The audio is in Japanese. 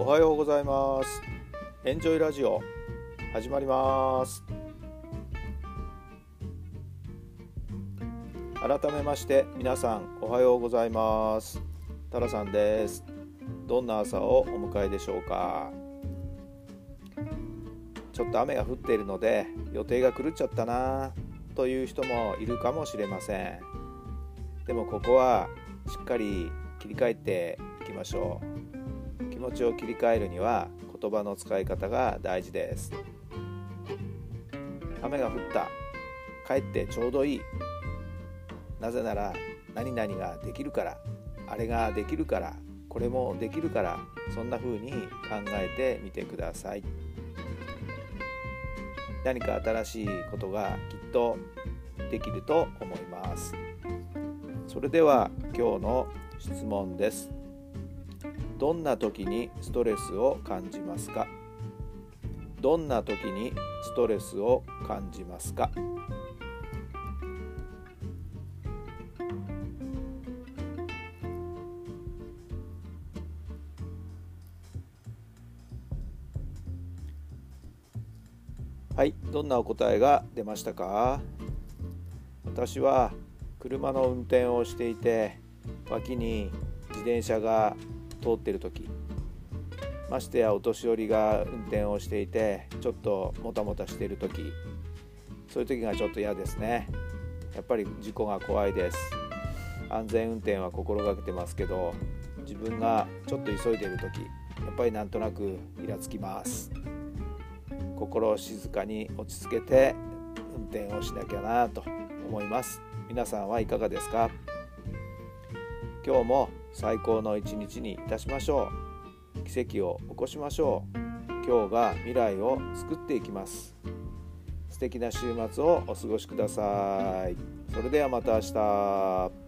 おはようございます。エンジョイラジオ始まります。改めまして皆さんおはようございます。タラさんです。どんな朝をお迎えでしょうか。ちょっと雨が降っているので予定が狂っちゃったなという人もいるかもしれません。でもここはしっかり切り替えていきましょう。気持ちを切り替えるには言葉の使い方が大事です。雨が降った、帰ってちょうどいい、なぜなら何々ができるから、あれができるから、これもできるから、そんな風に考えてみてください。何か新しいことがきっとできると思います。それでは今日の質問です。どんな時にストレスを感じますか？どんな時にストレスを感じますか？はい、どんなお答えが出ましたか？私は車の運転をしていて、脇に自転車が通っている時、ましてやお年寄りが運転をしていてちょっともたもたしている時、そういう時がちょっと嫌ですね。やっぱり事故が怖いです。安全運転は心がけてますけど、自分がちょっと急いでいる時、やっぱりなんとなくイラつきます。心を静かに落ち着けて運転をしなきゃなと思います。皆さんはいかがですか？今日も最高の一日にいたしましょう。奇跡を起こしましょう。今日が未来を作っていきます。素敵な週末をお過ごしください。それではまた明日。